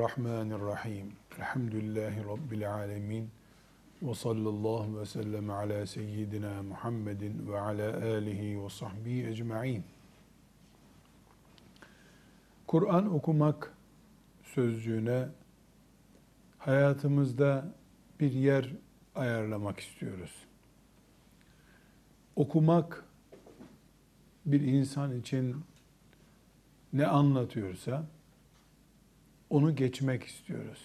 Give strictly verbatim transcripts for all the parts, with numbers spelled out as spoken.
Bismillahirrahmanirrahim. Elhamdülillahi Rabbil alemin. Ve sallallahu ve sellem ala seyyidina Muhammedin ve ala alihi ve sahbihi ecma'in. Kur'an okumak sözcüğüne hayatımızda bir yer ayarlamak istiyoruz. Okumak bir insan için ne anlatıyorsa onu geçmek istiyoruz.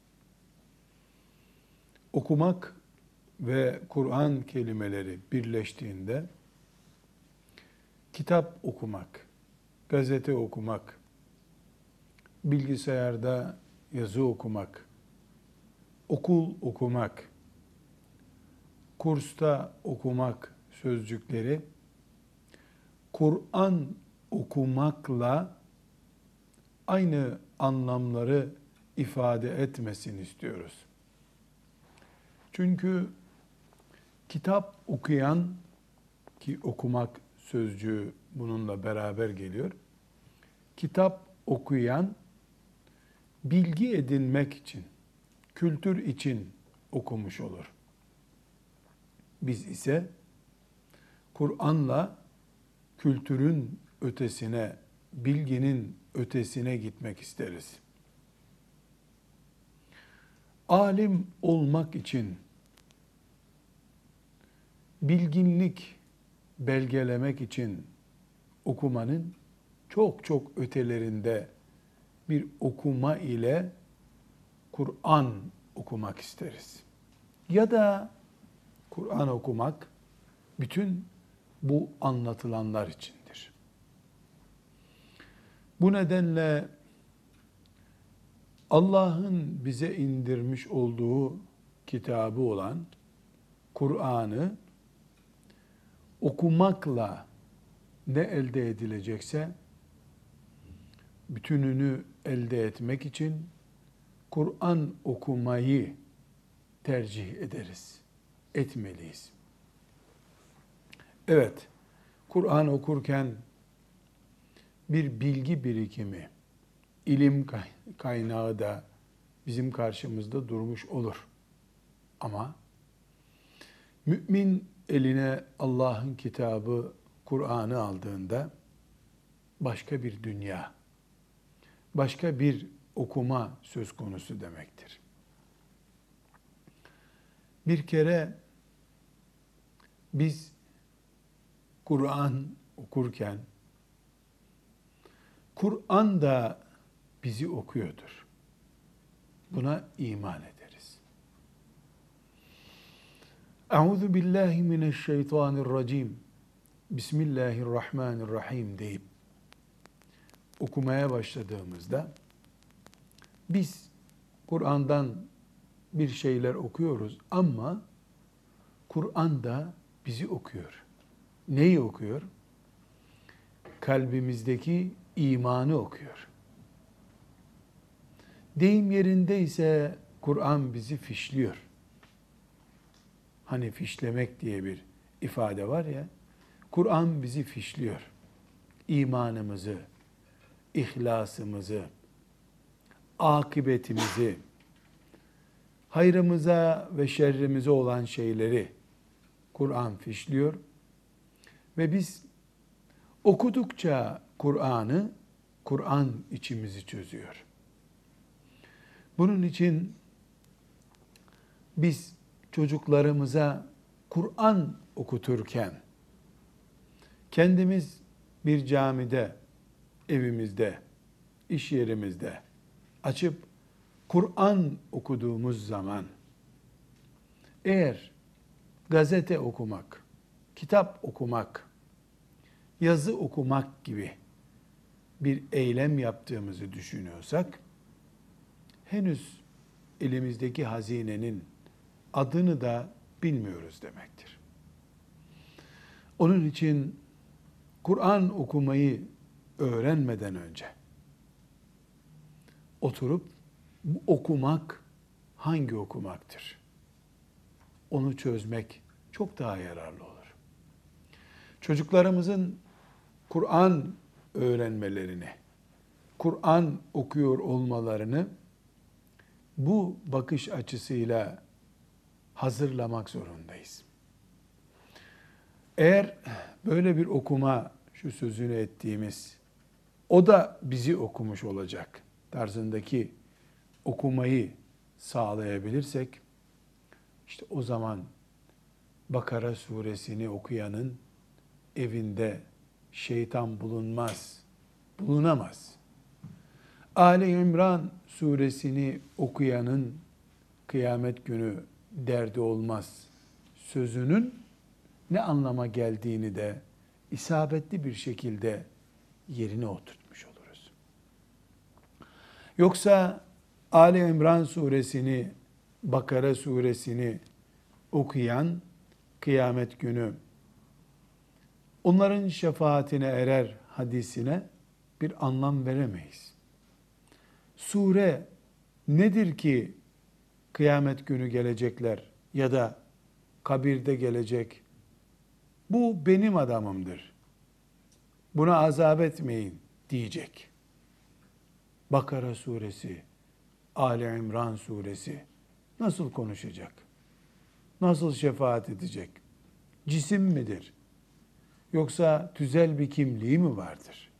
Okumak ve Kur'an kelimeleri birleştiğinde kitap okumak, gazete okumak, bilgisayarda yazı okumak, okul okumak, kursta okumak sözcükleri Kur'an okumakla aynı anlamları ifade etmesini istiyoruz. Çünkü kitap okuyan, ki okumak sözcüğü bununla beraber geliyor, kitap okuyan bilgi edinmek için, kültür için okumuş olur. Biz ise Kur'an'la kültürün ötesine, bilginin ötesine gitmek isteriz. Alim olmak için bilginlik belgelemek için okumanın çok çok ötelerinde bir okuma ile Kur'an okumak isteriz. Ya da Kur'an okumak bütün bu anlatılanlar içindir. Bu nedenle Allah'ın bize indirmiş olduğu kitabı olan Kur'an'ı okumakla ne elde edilecekse bütününü elde etmek için Kur'an okumayı tercih ederiz, etmeliyiz. Evet, Kur'an okurken bir bilgi birikimi, ilim kaynağı da bizim karşımızda durmuş olur. Ama mümin eline Allah'ın kitabı, Kur'an'ı aldığında başka bir dünya, başka bir okuma söz konusu demektir. Bir kere biz Kur'an okurken Kur'an da bizi okuyordur. Buna iman ederiz. Euzu billahi mineşşeytanirracim. Bismillahirrahmanirrahim deyip okumaya başladığımızda biz Kur'an'dan bir şeyler okuyoruz ama Kur'an da bizi okuyor. Neyi okuyor? Kalbimizdeki imanı okuyor. Deyim yerindeyse Kur'an bizi fişliyor. Hani fişlemek diye bir ifade var ya, Kur'an bizi fişliyor. İmanımızı, ihlasımızı, akıbetimizi, hayrımıza ve şerrimize olan şeyleri Kur'an fişliyor. Ve biz okudukça Kur'an'ı, Kur'an içimizi çözüyor. Bunun için biz çocuklarımıza Kur'an okuturken, kendimiz bir camide, evimizde, iş yerimizde açıp Kur'an okuduğumuz zaman, eğer gazete okumak, kitap okumak, yazı okumak gibi bir eylem yaptığımızı düşünüyorsak, henüz elimizdeki hazinenin adını da bilmiyoruz demektir. Onun için Kur'an okumayı öğrenmeden önce oturup bu okumak hangi okumaktır? Onu çözmek çok daha yararlı olur. Çocuklarımızın Kur'an öğrenmelerini, Kur'an okuyor olmalarını bu bakış açısıyla hazırlamak zorundayız. Eğer böyle bir okuma, şu sözünü ettiğimiz, o da bizi okumuş olacak tarzındaki okumayı sağlayabilirsek, işte o zaman Bakara suresini okuyanın evinde şeytan bulunmaz, bulunamaz. Ali İmran suresini okuyanın kıyamet günü derdi olmaz sözünün ne anlama geldiğini de isabetli bir şekilde yerine oturtmuş oluruz. Yoksa Ali İmran suresini, Bakara suresini okuyan kıyamet günü onların şefaatine erer hadisine bir anlam veremeyiz. Sure nedir ki kıyamet günü gelecekler ya da kabirde gelecek? Bu benim adamımdır, buna azap etmeyin diyecek. Bakara suresi, Ali İmran suresi nasıl konuşacak? Nasıl şefaat edecek? Cisim midir? Yoksa tüzel bir kimliği mi vardır?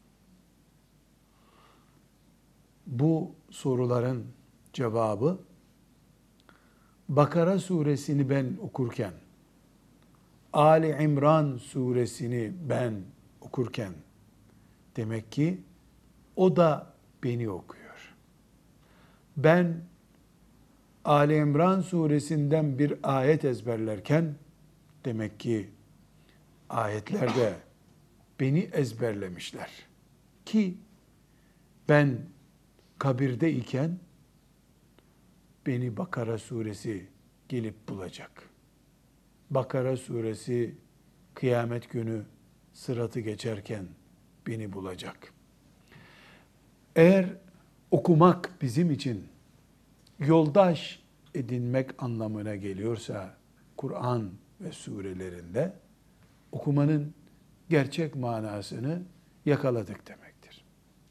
Bu soruların cevabı, Bakara suresini ben okurken, Ali İmran suresini ben okurken, demek ki o da beni okuyor. Ben Ali İmran suresinden bir ayet ezberlerken, demek ki ayetlerde beni ezberlemişler. Ki ben kabirde iken beni Bakara suresi gelip bulacak. Bakara suresi kıyamet günü sıratı geçerken beni bulacak. Eğer okumak bizim için yoldaş edinmek anlamına geliyorsa Kur'an ve surelerinde, okumanın gerçek manasını yakaladık demektir.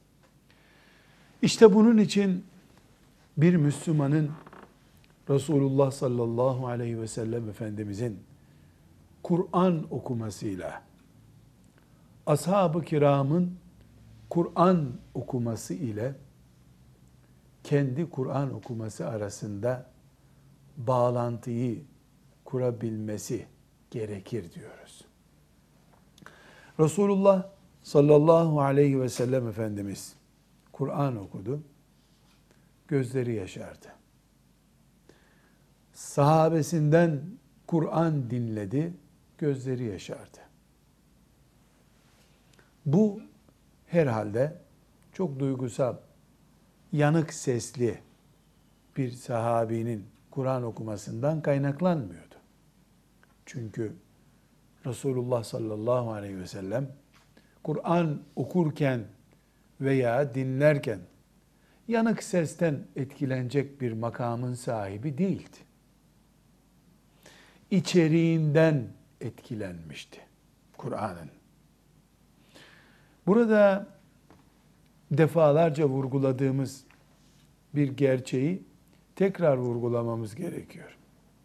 İşte bunun için bir Müslümanın Resulullah sallallahu aleyhi ve sellem Efendimizin Kur'an okumasıyla, ashab-ı kiramın Kur'an okuması ile kendi Kur'an okuması arasında bağlantıyı kurabilmesi gerekir diyoruz. Resulullah sallallahu aleyhi ve sellem Efendimiz Kur'an okudu, gözleri yaşardı. Sahabesinden Kur'an dinledi, gözleri yaşardı. Bu herhalde çok duygusal, yanık sesli bir sahabinin Kur'an okumasından kaynaklanmıyordu. Çünkü Resulullah sallallahu aleyhi ve sellem Kur'an okurken veya dinlerken yanık sesten etkilenecek bir makamın sahibi değildi. İçeriğinden etkilenmişti Kur'an'ın. Burada defalarca vurguladığımız bir gerçeği tekrar vurgulamamız gerekiyor.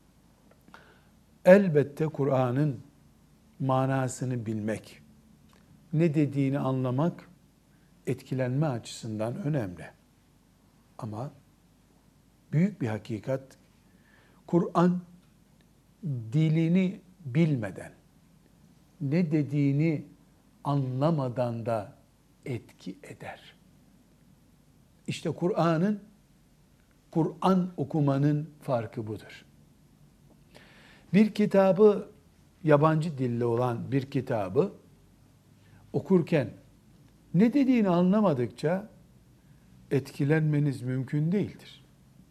Elbette Kur'an'ın manasını bilmek, ne dediğini anlamak etkilenme açısından önemli. Ama büyük bir hakikat, Kur'an dilini bilmeden, ne dediğini anlamadan da etki eder. İşte Kur'an'ın, Kur'an okumanın farkı budur. Bir kitabı, yabancı dilli olan bir kitabı okurken ne dediğini anlamadıkça etkilenmeniz mümkün değildir.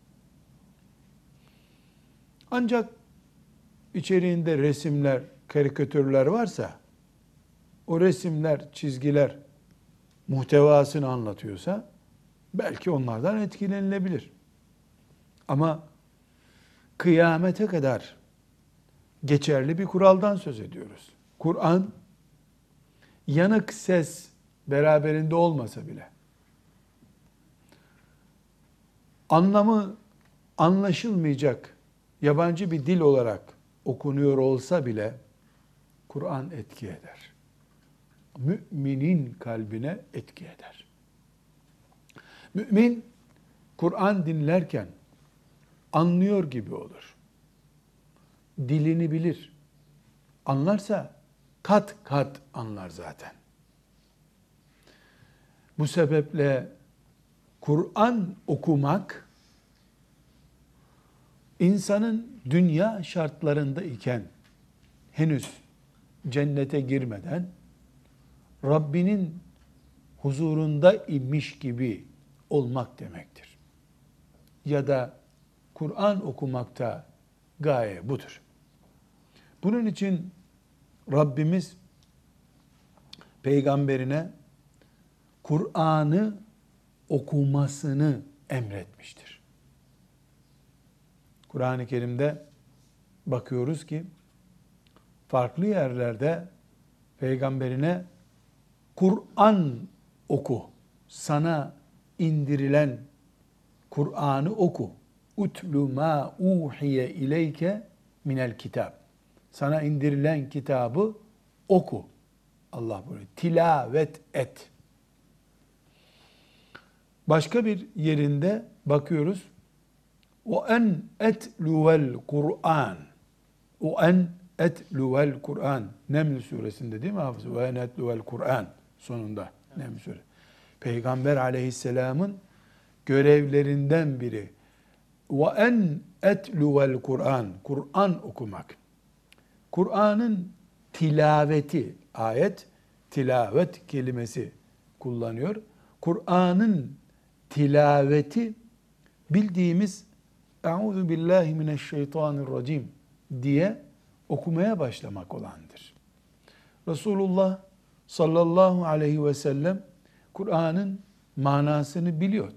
Ancak içeriğinde resimler, karikatürler varsa, o resimler, çizgiler muhtevasını anlatıyorsa belki onlardan etkilenilebilir. Ama kıyamete kadar geçerli bir kuraldan söz ediyoruz. Kur'an yanık ses beraberinde olmasa bile, anlamı anlaşılmayacak yabancı bir dil olarak okunuyor olsa bile Kur'an etki eder. Müminin kalbine etki eder. Mümin Kur'an dinlerken anlıyor gibi olur. Dilini bilir. Anlarsa kat kat anlar zaten. Bu sebeple Kur'an okumak insanın dünya şartlarında iken henüz cennete girmeden Rabbinin huzurunda imiş gibi olmak demektir. Ya da Kur'an okumakta gaye budur. Bunun için Rabbimiz peygamberine Kur'an'ı okumasını emretmiştir. Kur'an-ı Kerim'de bakıyoruz ki farklı yerlerde peygamberine Kur'an oku, sana indirilen Kur'an'ı oku. Utlu ma uhiye ileyke minel kitab. Sana indirilen kitabı oku. Allah buyuruyor. Tilavet et. Başka bir yerinde bakıyoruz. O en etluvel Kur'an. O en etluvel Kur'an. Neml suresinde değil mi hafız? O en etluvel Kur'an sonunda. Neml suresi. Peygamber aleyhisselamın görevlerinden biri. Ve en etluvel Kur'an. Kur'an okumak. Kur'an'ın tilaveti, ayet tilavet kelimesi kullanıyor. Kur'an'ın tilaveti bildiğimiz Euzu billahi mineşşeytanirracim diye okumaya başlamak olandır. Resulullah sallallahu aleyhi ve sellem Kur'an'ın manasını biliyordu.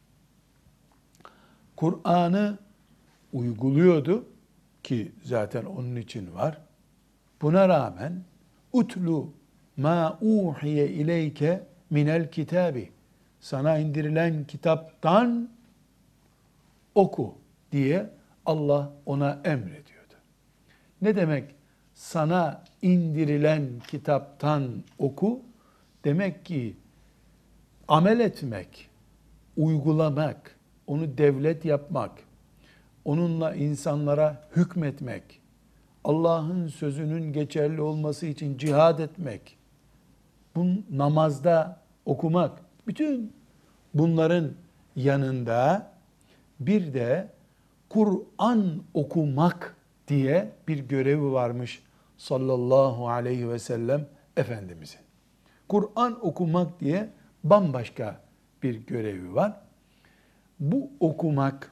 Kur'an'ı uyguluyordu ki zaten onun için var. Buna rağmen utlu ma uhiye ileyke minel kitabi, sana indirilen kitaptan oku diye Allah ona emrediyordu. Ne demek sana indirilen kitaptan oku? Demek ki amel etmek, uygulamak, onu devlet yapmak, onunla insanlara hükmetmek, Allah'ın sözünün geçerli olması için cihad etmek, bu namazda okumak, bütün bunların yanında bir de Kur'an okumak diye bir görevi varmış sallallahu aleyhi ve sellem Efendimizin. Kur'an okumak diye bambaşka bir görevi var. Bu okumak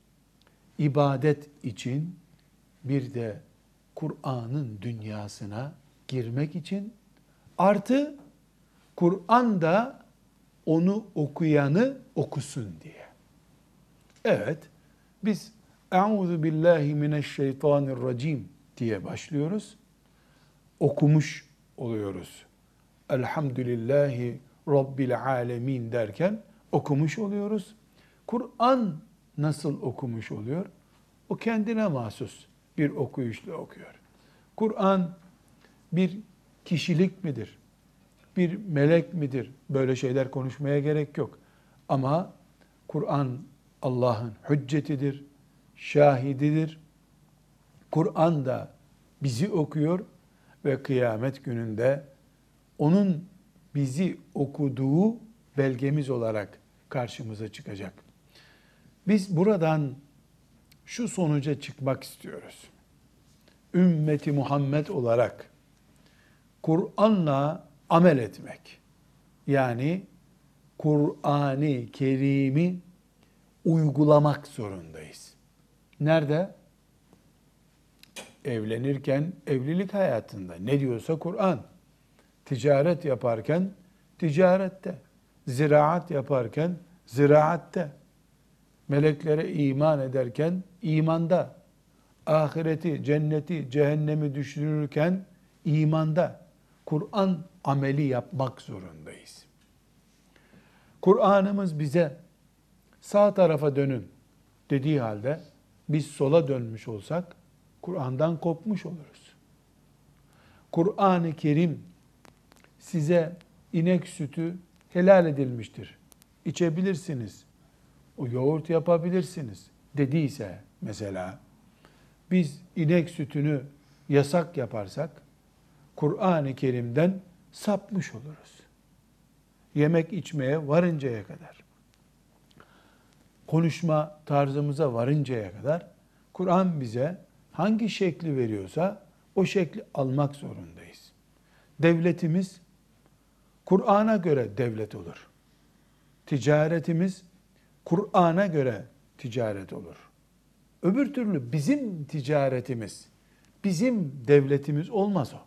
ibadet için, bir de Kur'an'ın dünyasına girmek için, artı Kur'an'da onu okuyanı okusun diye. Evet, biz Euzu billahi mineşşeytanirracim diye başlıyoruz. Okumuş oluyoruz. Elhamdülillahi Rabbil alemin derken okumuş oluyoruz. Kur'an nasıl okumuş oluyor? O kendine mahsus bir okuyuşla okuyor. Kur'an bir kişilik midir? Bir melek midir? Böyle şeyler konuşmaya gerek yok. Ama Kur'an Allah'ın hüccetidir, şahididir. Kur'an da bizi okuyor ve kıyamet gününde onun bizi okuduğu belgemiz olarak karşımıza çıkacak. Biz buradan şu sonuca çıkmak istiyoruz. Ümmeti Muhammed olarak Kur'an'la amel etmek, yani Kur'an-ı Kerim'i uygulamak zorundayız. Nerede? Evlenirken evlilik hayatında ne diyorsa Kur'an. Ticaret yaparken ticarette, ziraat yaparken ziraatte, meleklere iman ederken imanda, ahireti, cenneti, cehennemi düşünürken imanda, Kur'an ameli yapmak zorundayız. Kur'an'ımız bize sağ tarafa dönün, dediği halde biz sola dönmüş olsak Kur'an'dan kopmuş oluruz. Kur'an-ı Kerim size inek sütü helal edilmiştir, İçebilirsiniz, o yoğurt yapabilirsiniz dediyse mesela, biz inek sütünü yasak yaparsak Kur'an-ı Kerim'den sapmış oluruz. Yemek içmeye varıncaya kadar, konuşma tarzımıza varıncaya kadar Kur'an bize hangi şekli veriyorsa o şekli almak zorundayız. Devletimiz Kur'an'a göre devlet olur. Ticaretimiz Kur'an'a göre ticaret olur. Öbür türlü bizim ticaretimiz, bizim devletimiz olmaz o.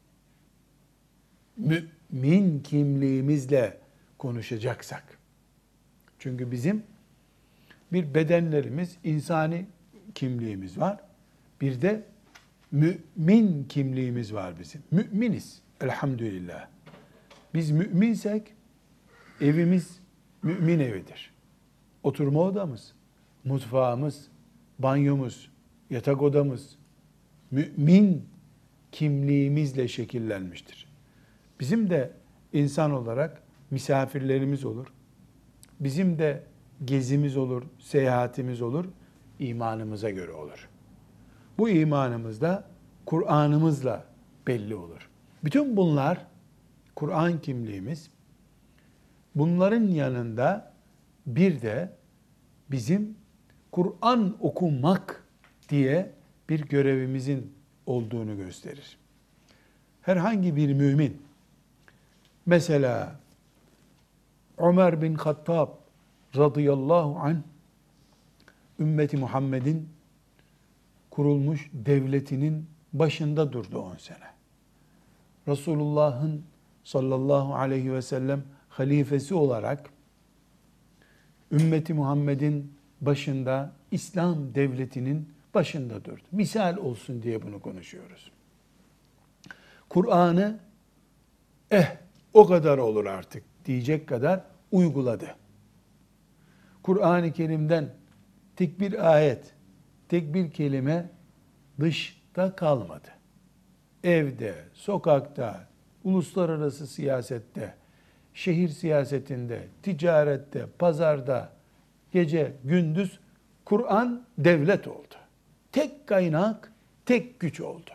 Mümin kimliğimizle konuşacaksak. Çünkü bizim bir bedenlerimiz, insani kimliğimiz var. Bir de mümin kimliğimiz var bizim. Müminiz elhamdülillah. Biz müminsek evimiz mümin evidir. Oturma odamız, mutfağımız, banyomuz, yatak odamız mümin kimliğimizle şekillenmiştir. Bizim de insan olarak misafirlerimiz olur. Bizim de gezimiz olur, seyahatimiz olur, imanımıza göre olur. Bu imanımız da Kur'an'ımızla belli olur. Bütün bunlar Kur'an kimliğimiz. Bunların yanında bir de bizim Kur'an okumak diye bir görevimizin olduğunu gösterir. Herhangi bir mümin, mesela Ömer bin Hattab radıyallahu anh, ümmeti Muhammed'in kurulmuş devletinin başında durdu on sene. Resulullah'ın sallallahu aleyhi ve sellem halifesi olarak ümmeti Muhammed'in başında, İslam devletinin başında durdu. Misal olsun diye bunu konuşuyoruz. Kur'an'ı eh o kadar olur artık diyecek kadar uyguladı. Kur'an-ı Kerim'den tek bir ayet, tek bir kelime dışta kalmadı. Evde, sokakta, uluslararası siyasette, şehir siyasetinde, ticarette, pazarda, gece, gündüz Kur'an devlet oldu. Tek kaynak, tek güç oldu.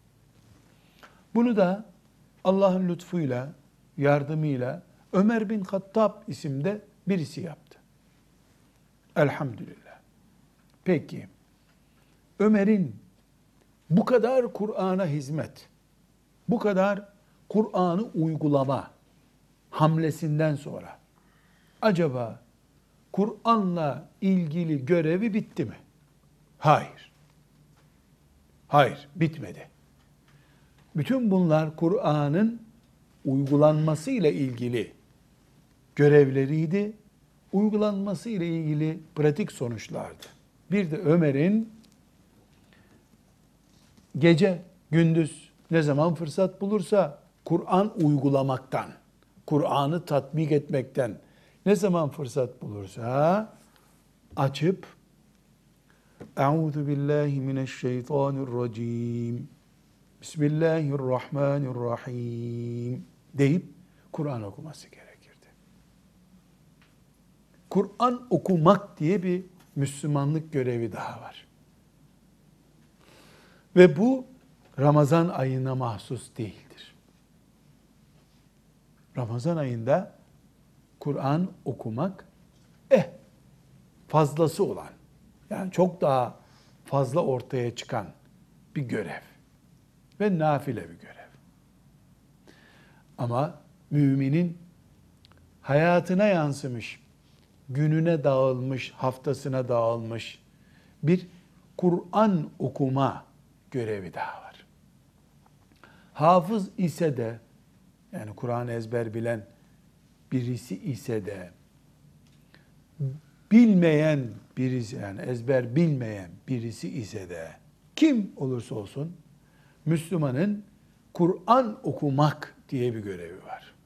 Bunu da Allah'ın lütfuyla, yardımıyla Ömer bin Hattab isimde birisi yaptı. Elhamdülillah. Peki, Ömer'in bu kadar Kur'an'a hizmet, bu kadar Kur'an'ı uygulama hamlesinden sonra acaba Kur'an'la ilgili görevi bitti mi? Hayır. Hayır, bitmedi. Bütün bunlar Kur'an'ın uygulanması ile ilgili görevleriydi. Uygulanması ile ilgili pratik sonuçlardı. Bir de Ömer'in gece, gündüz ne zaman fırsat bulursa Kur'an uygulamaktan, Kur'an'ı tatbik etmekten ne zaman fırsat bulursa açıp Euzu billahi mineşşeytanirracim. Bismillahirrahmanirrahim deyip Kur'an okuması gerekirdi. Kur'an okumak diye bir Müslümanlık görevi daha var. Ve bu Ramazan ayına mahsus değildir. Ramazan ayında Kur'an okumak eh fazlası olan, yani çok daha fazla ortaya çıkan bir görev ve nafile bir görev. Ama müminin hayatına yansımış, gününe dağılmış, haftasına dağılmış bir Kur'an okuma görevi daha var. Hafız ise de, yani Kur'an ezber bilen birisi ise de, bilmeyen birisi, yani ezber bilmeyen birisi ise de, kim olursa olsun Müslümanın Kur'an okumak diye bir görevi var.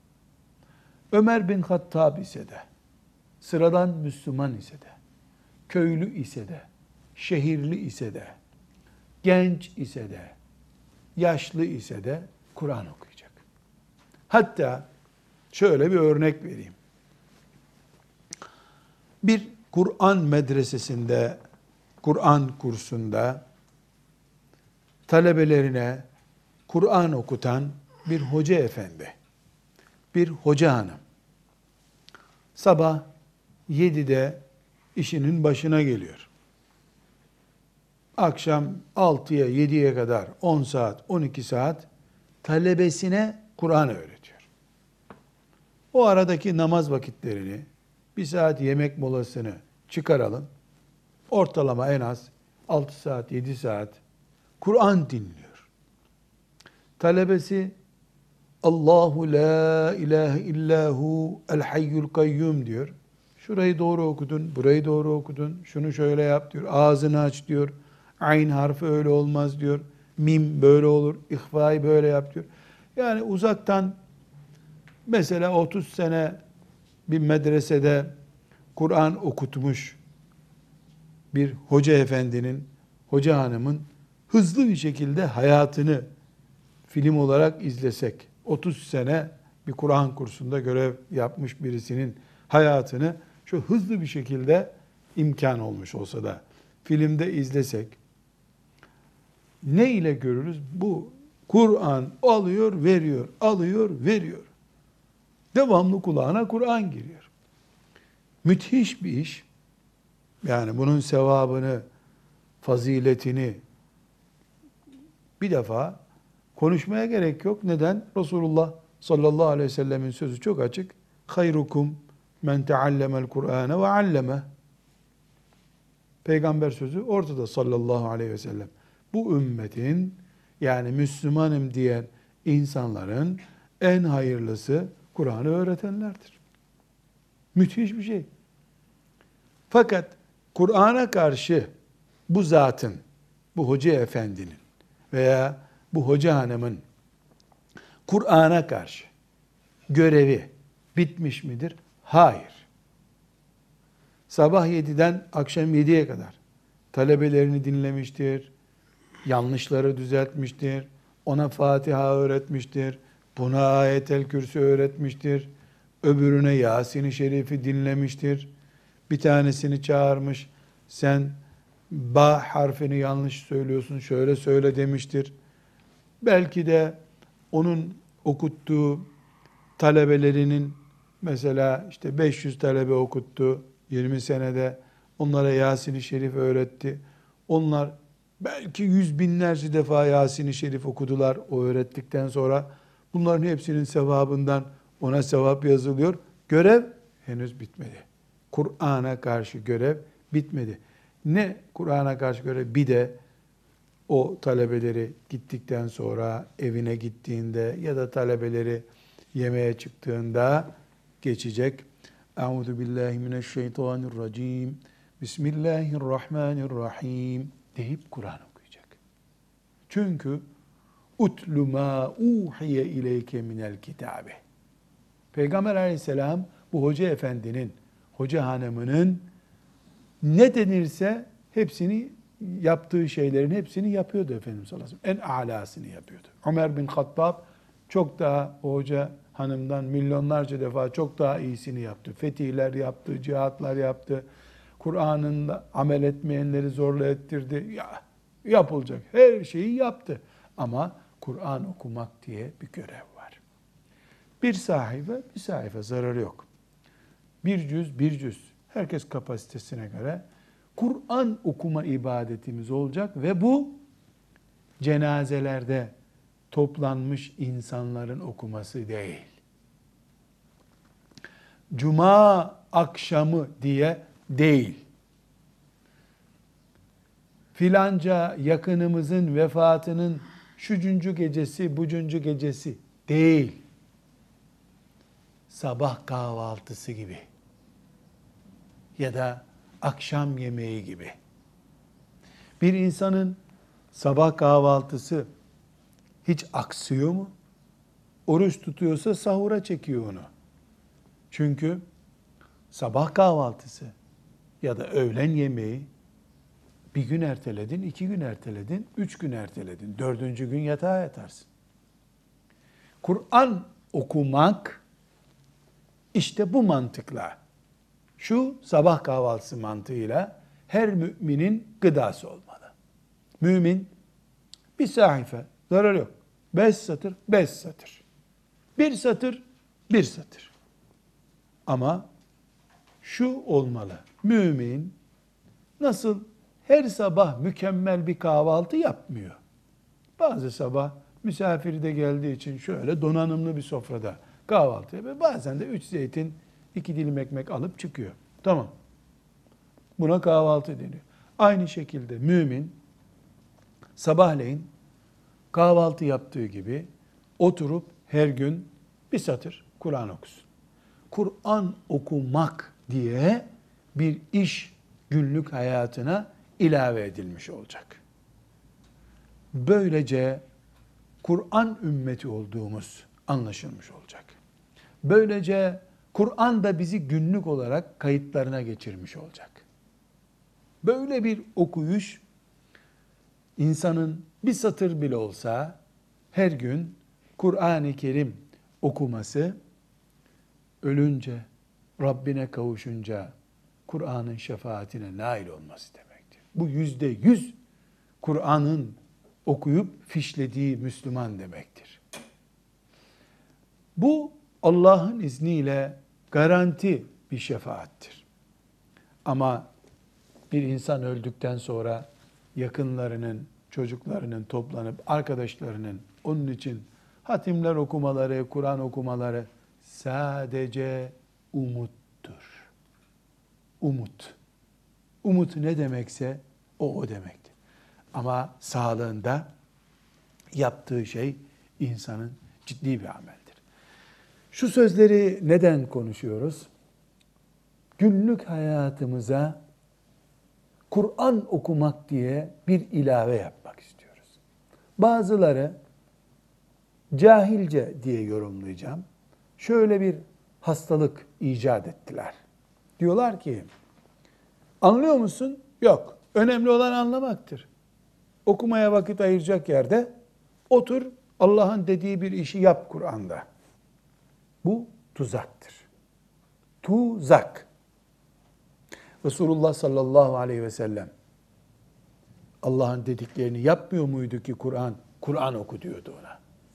Ömer bin Hattab ise de, sıradan Müslüman ise de, köylü ise de, şehirli ise de, genç ise de, yaşlı ise de Kur'an okuyacak. Hatta şöyle bir örnek vereyim. Bir Kur'an medresesinde, Kur'an kursunda talebelerine Kur'an okutan bir hoca efendi, bir hoca hanım, sabah yedide işinin başına geliyor. Akşam altıya yediye kadar on saat, on iki saat talebesine Kur'an öğretiyor. O aradaki namaz vakitlerini, bir saat yemek molasını çıkaralım. Ortalama en az altı saat, yedi saat Kur'an dinliyor. Talebesi Allahu la ilahe illahu el hayyul kayyum diyor. Şurayı doğru okudun, burayı doğru okudun, şunu şöyle yap diyor. Ağzını aç diyor. Ayn harfi öyle olmaz diyor. Mim böyle olur, ihfayı böyle yap diyor. Yani uzaktan mesela otuz sene bir medresede Kur'an okutmuş bir hoca efendinin, hoca hanımın hızlı bir şekilde hayatını film olarak izlesek, otuz sene bir Kur'an kursunda görev yapmış birisinin hayatını şu hızlı bir şekilde imkan olmuş olsa da filmde izlesek, ne ile görürüz? Bu Kur'an alıyor, veriyor, alıyor, veriyor. Devamlı kulağına Kur'an giriyor. Müthiş bir iş. Yani bunun sevabını, faziletini bir defa konuşmaya gerek yok. Neden? Resulullah sallallahu aleyhi ve sellemin sözü çok açık. Hayrukum men teallemel Kur'ane ve alleme. Peygamber sözü ortada sallallahu aleyhi ve sellem. Bu ümmetin, yani Müslümanım diyen insanların en hayırlısı Kur'an'ı öğretenlerdir. Müthiş bir şey. Fakat Kur'an'a karşı bu zatın, bu hoca efendinin veya bu hoca hanımın Kur'an'a karşı görevi bitmiş midir? Hayır. Sabah yediden akşam yediye kadar talebelerini dinlemiştir, yanlışları düzeltmiştir, ona Fatiha öğretmiştir, buna Ayet-el Kürsü öğretmiştir, öbürüne Yasin-i Şerif'i dinlemiştir, bir tanesini çağırmış, sen ba harfini yanlış söylüyorsun, şöyle söyle demiştir. Belki de onun okuttuğu talebelerinin, mesela işte beş yüz talebe okuttu yirmi senede, onlara Yasin-i Şerif öğretti. Onlar belki yüz binlerce defa Yasin-i Şerif okudular o öğrettikten sonra. Bunların hepsinin sevabından ona sevap yazılıyor. Görev henüz bitmedi. Kur'an'a karşı görev bitmedi. Ne Kur'an'a karşı görev? Bir de o talebeleri gittikten sonra evine gittiğinde ya da talebeleri yemeğe çıktığında geçecek. Euzu billahi mineşşeytanirracim. Bismillahirrahmanirrahim deyip Kur'an okuyacak. Çünkü utlu ma uhiye ileyke minel kitabe. Peygamber aleyhisselam bu hoca efendinin, hoca hanımının ne denirse hepsini, yaptığı şeylerin hepsini yapıyordu Efendimiz sallallahu aleyhi ve sellem. En alasını yapıyordu. Ömer bin Hattab çok daha o hoca hanımdan milyonlarca defa çok daha iyisini yaptı. Fetihler yaptı, cihatlar yaptı. Kur'an'ın amel etmeyenleri zorla ettirdi. Ya, yapılacak her şeyi yaptı. Ama Kur'an okumak diye bir görev var. Bir sayfa, bir sayfa zararı yok. Bir cüz, bir cüz. Herkes kapasitesine göre Kur'an okuma ibadetimiz olacak ve bu cenazelerde toplanmış insanların okuması değil. Cuma akşamı diye değil. Filanca yakınımızın vefatının şucuncu gecesi, bucuncu gecesi değil. Sabah kahvaltısı gibi ya da akşam yemeği gibi. Bir insanın sabah kahvaltısı hiç aksıyor mu? Oruç tutuyorsa sahura çekiyor onu. Çünkü sabah kahvaltısı ya da öğlen yemeği bir gün erteledin, iki gün erteledin, üç gün erteledin, dördüncü gün yatağa yatarsın. Kur'an okumak işte bu mantıkla, şu sabah kahvaltısı mantığıyla her müminin gıdası olmalı. Mümin bir sayfa, zarar yok. Beş satır, beş satır. Bir satır, bir satır. Ama şu olmalı. Mümin nasıl her sabah mükemmel bir kahvaltı yapmıyor. Bazı sabah misafiri de geldiği için şöyle donanımlı bir sofrada kahvaltı yapıyor. Bazen de üç zeytin, iki dilim ekmek alıp çıkıyor. Tamam. Buna kahvaltı deniyor. Aynı şekilde mümin sabahleyin kahvaltı yaptığı gibi oturup her gün bir satır Kur'an okusun. Kur'an okumak diye bir iş günlük hayatına ilave edilmiş olacak. Böylece Kur'an ümmeti olduğumuz anlaşılmış olacak. Böylece Kur'an da bizi günlük olarak kayıtlarına geçirmiş olacak. Böyle bir okuyuş, insanın bir satır bile olsa her gün Kur'an-ı Kerim okuması, ölünce, Rabbine kavuşunca Kur'an'ın şefaatine nail olması demektir. Bu yüzde yüz Kur'an'ın okuyup fişlediği Müslüman demektir. Bu Allah'ın izniyle garanti bir şefaattir. Ama bir insan öldükten sonra yakınlarının, çocuklarının toplanıp arkadaşlarının onun için hatimler okumaları, Kur'an okumaları sadece umuttur. Umut. Umut ne demekse o o demektir. Ama sağlığında yaptığı şey insanın ciddi bir ameldir. Şu sözleri neden konuşuyoruz? Günlük hayatımıza Kur'an okumak diye bir ilave yapmak istiyoruz. Bazıları cahilce diye yorumlayacağım. Şöyle bir hastalık icat ettiler. Diyorlar ki, anlıyor musun? Yok. Önemli olan anlamaktır. Okumaya vakit ayıracak yerde otur, Allah'ın dediği bir işi yap Kur'an'da. Bu tuzaktır. Tuzak. Resulullah sallallahu aleyhi ve sellem Allah'ın dediklerini yapmıyor muydu ki Kur'an? Kur'an oku diyordu ona.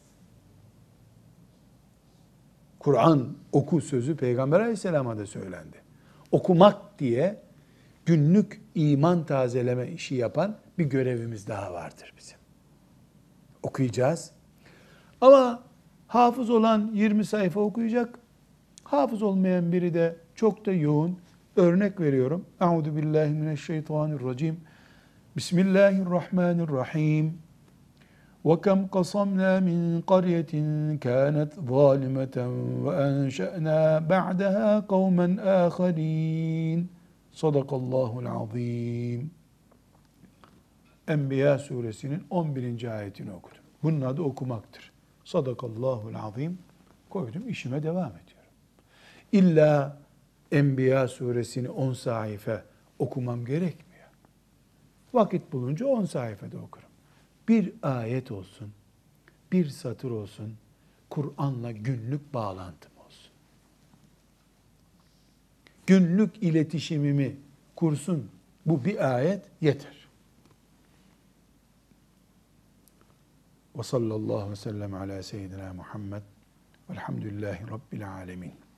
Kur'an oku sözü Peygamber aleyhisselama da söylendi. Okumak diye günlük iman tazeleme işi yapan bir görevimiz daha vardır bizim. Okuyacağız. Ama hafız olan yirmi sayfa okuyacak. Hafız olmayan biri de çok da yoğun. Örnek veriyorum. Euzu billahi mineşşeytanirracim. Bismillahirrahmanirrahim. Ve kem qasamna min qaryetin kânet zâlimeten ve enşe'nâ ba'daha kavmen âkharîn. Sadakallahu'l azîm. Enbiya suresinin on birinci ayetini okudum. Bunun adı okumaktır. Sadakallahu'l azîm. Koydum, işime devam ediyorum. İlla Enbiya suresini on sayfa okumam gerekmiyor. Vakit bulunca on sayfada okurum. Bir ayet olsun, bir satır olsun, Kur'an'la günlük bağlantım olsun. Günlük iletişimimi kursun bu bir ayet yeter. Ve sallallahu aleyhi ve sellem ala seyyidina Muhammed velhamdülillahi rabbil alemin.